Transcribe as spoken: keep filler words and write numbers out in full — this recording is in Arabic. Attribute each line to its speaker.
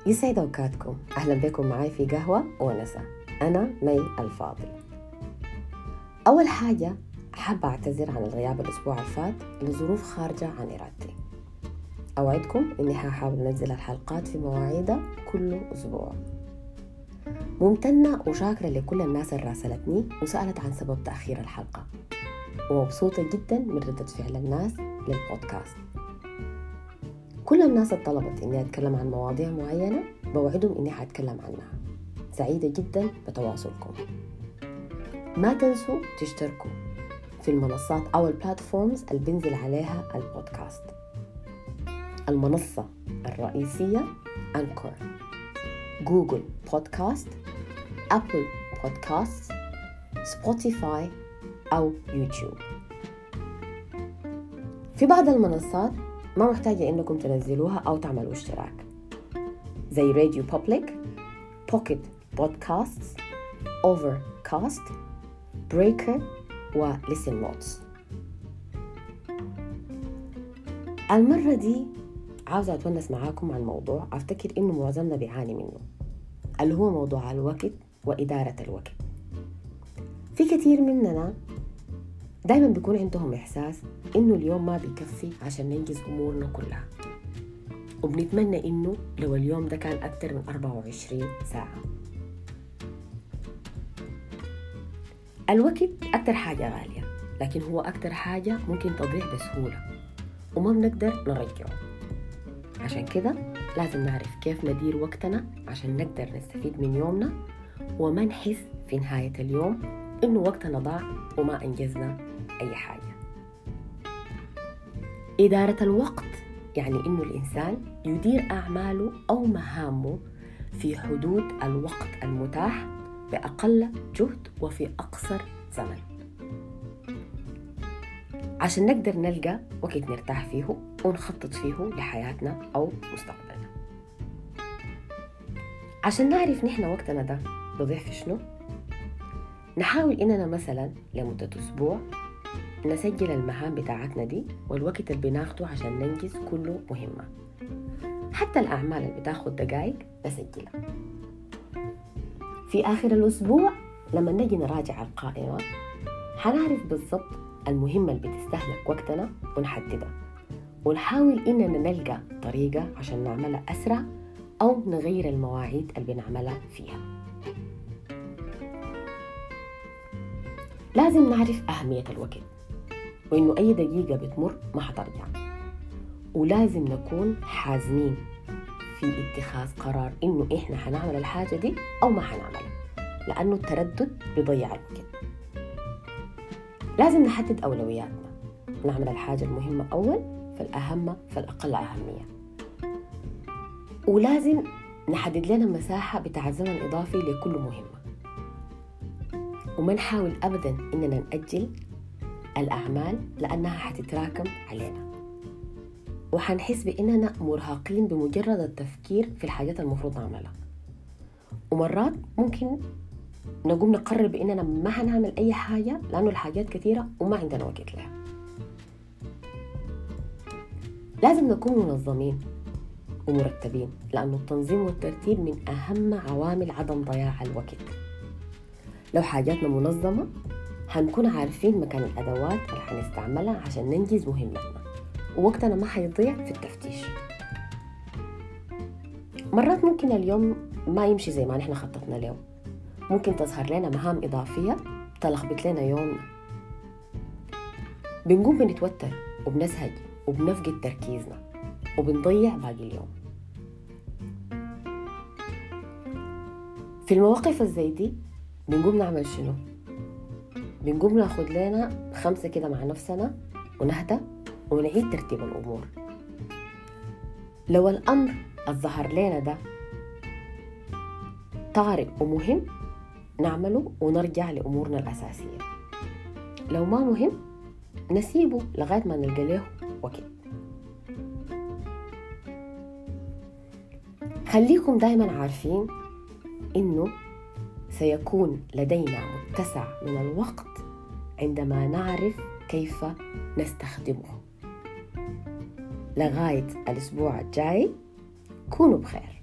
Speaker 1: يسعد أوقاتكم. أهلا بكم معي في قهوة ونسى. أنا مي الفاضل. أول حاجة أحب أعتذر عن الغياب الأسبوع الفات لظروف خارجة عن إرادتي. أوعدكم أني هحاول أنزل الحلقات في مواعيدها كل أسبوع. ممتنة وشاكرة لكل الناس اللي راسلتني وسألت عن سبب تأخير الحلقة، ومبسوطة جدا من ردة فعل الناس للبودكاست. كل الناس طلبت إني أتكلم عن مواضيع معينة، بوعدهم إني هتكلم عنها. سعيدة جدا بتواصلكم. ما تنسوا تشتركوا في المنصات أو البلاتفورمز اللي بنزل عليها البودكاست. المنصة الرئيسية أنكور، جوجل بودكاست، أبل بودكاست، سبوتيفاي أو يوتيوب. في بعض المنصات ما محتاجة إنكم تنزلوها أو تعملوا اشتراك، زي راديو بابليك، بوكيت بودكاست، أوفركاست، بريكر وليسن نوتس. المرة دي عاوزة أتونس معاكم عن موضوع أفتكر إنه معظمنا بيعاني منه، اللي هو موضوع الوقت وإدارة الوقت. في كثير مننا دايما بيكون عندهم إحساس إنه اليوم ما بيكفي عشان ننجز أمورنا كلها، وبنتمنى إنه لو اليوم ده كان أكتر من أربعة وعشرين ساعة. الوقت أكتر حاجة غالية، لكن هو أكتر حاجة ممكن تضيع بسهولة وما بنقدر نرجعه. عشان كده لازم نعرف كيف ندير وقتنا عشان نقدر نستفيد من يومنا وما نحس في نهاية اليوم إنه وقتنا ضاع وما أنجزنا أي حاجة. إدارة الوقت يعني إنه الإنسان يدير أعماله أو مهامه في حدود الوقت المتاح بأقل جهد وفي أقصر زمن، عشان نقدر نلقى وقت نرتاح فيه ونخطط فيه لحياتنا أو مستقبلنا. عشان نعرف نحن وقتنا ده بضيع في شنو، نحاول إننا مثلا لمدة أسبوع نسجل المهام بتاعتنا دي والوقت اللي بناخده عشان ننجز كله مهمة. حتى الأعمال اللي بتاخد دقائق نسجلها. في آخر الأسبوع لما نجي نراجع القائمة حنعرف بالضبط المهمة اللي بتستهلك وقتنا ونحددها، ونحاول إننا نلقى طريقة عشان نعملها أسرع أو نغير المواعيد اللي بنعملها فيها. لازم نعرف أهمية الوقت، وإنه أي دقيقة بتمر ما حترجع، ولازم نكون حازمين في اتخاذ قرار إنه إحنا حنعمل الحاجة دي أو ما حنعملها، لأنه التردد بيضيع الوقت. لازم نحدد أولوياتنا، نعمل الحاجة المهمة أول فالأهم فالأقل أهمية، ولازم نحدد لنا مساحة بتاع زمن إضافي لكل مهمة، وما نحاول أبداً إننا نأجل الأعمال لأنها حتتراكم علينا، وحنحس بإننا مرهقين بمجرد التفكير في الحاجات المفروض نعملها. ومرات ممكن نقوم نقرر بإننا ما حنعمل أي حاجة لأنه الحاجات كثيرة وما عندنا وقت لها. لازم نكون منظمين ومرتبين، لأنه التنظيم والترتيب من أهم عوامل عدم ضياع الوقت. لو حاجاتنا منظمة هنكون عارفين مكان الأدوات اللي حنستعملها عشان ننجز مهمتنا، ووقتنا ما حيضيع في التفتيش. مرات ممكن اليوم ما يمشي زي ما نحن خططنا له، ممكن تظهر لنا مهام إضافية تلخبط لنا يومنا، بنقوم بنتوتر وبنزهج وبنفقد تركيزنا وبنضيع باقي اليوم. في المواقف الزي دي بنقوم نعمل شنو؟ بنقوم ناخد لنا خمسة كده مع نفسنا ونهدى ونعيد ترتيب الأمور. لو الأمر الظهر لنا ده طارئ ومهم نعمله ونرجع لأمورنا الأساسية. لو ما مهم نسيبه لغاية ما نلقى له وقت. خليكم دايما عارفين إنه سيكون لدينا متسع من الوقت عندما نعرف كيف نستخدمه. لغاية الأسبوع الجاي كونوا بخير.